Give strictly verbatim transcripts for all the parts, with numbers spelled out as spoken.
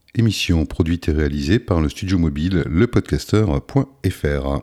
Émission produite et réalisée par le studio mobile lepodcasteur point f r.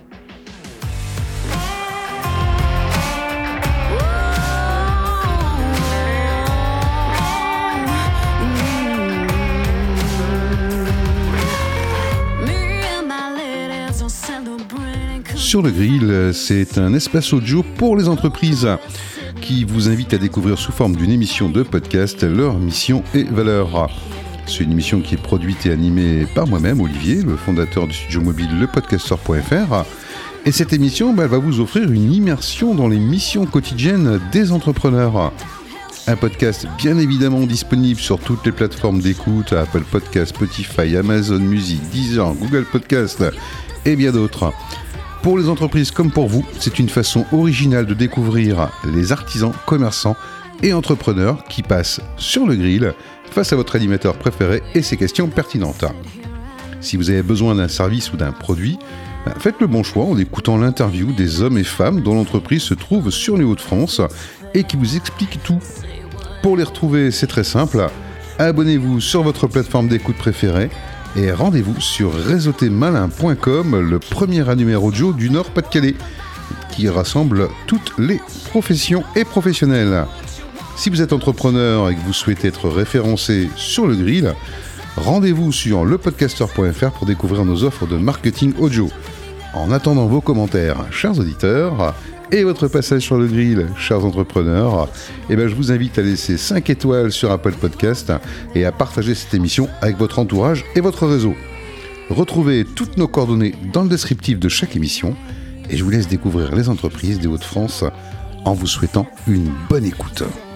Sur le grill, c'est un espace audio pour les entreprises qui vous invite à découvrir sous forme d'une émission de podcast leurs missions et valeurs. C'est une émission qui est produite et animée par moi-même, Olivier, le fondateur du studio mobile lepodcasteur point f r. Et cette émission bah, elle va vous offrir une immersion dans les missions quotidiennes des entrepreneurs. Un podcast bien évidemment disponible sur toutes les plateformes d'écoute, Apple Podcasts, Spotify, Amazon Music, Deezer, Google Podcasts et bien d'autres. Pour les entreprises comme pour vous, c'est une façon originale de découvrir les artisans, commerçants et entrepreneurs qui passent sur le grill face à votre animateur préféré et ses questions pertinentes. Si vous avez besoin d'un service ou d'un produit, faites le bon choix en écoutant l'interview des hommes et femmes dont l'entreprise se trouve sur les Hauts-de-France et qui vous expliquent tout. Pour les retrouver, c'est très simple. Abonnez-vous sur votre plateforme d'écoute préférée et rendez-vous sur réseauté malin point com, le premier annuaire audio du Nord-Pas-de-Calais, qui rassemble toutes les professions et professionnels. Si vous êtes entrepreneur et que vous souhaitez être référencé sur le grill, rendez-vous sur lepodcasteur point f r pour découvrir nos offres de marketing audio. En attendant vos commentaires, chers auditeurs, et votre passage sur le grill, chers entrepreneurs, eh ben je vous invite à laisser cinq étoiles sur Apple Podcast et à partager cette émission avec votre entourage et votre réseau. Retrouvez toutes nos coordonnées dans le descriptif de chaque émission et je vous laisse découvrir les entreprises des Hauts-de-France en vous souhaitant une bonne écoute.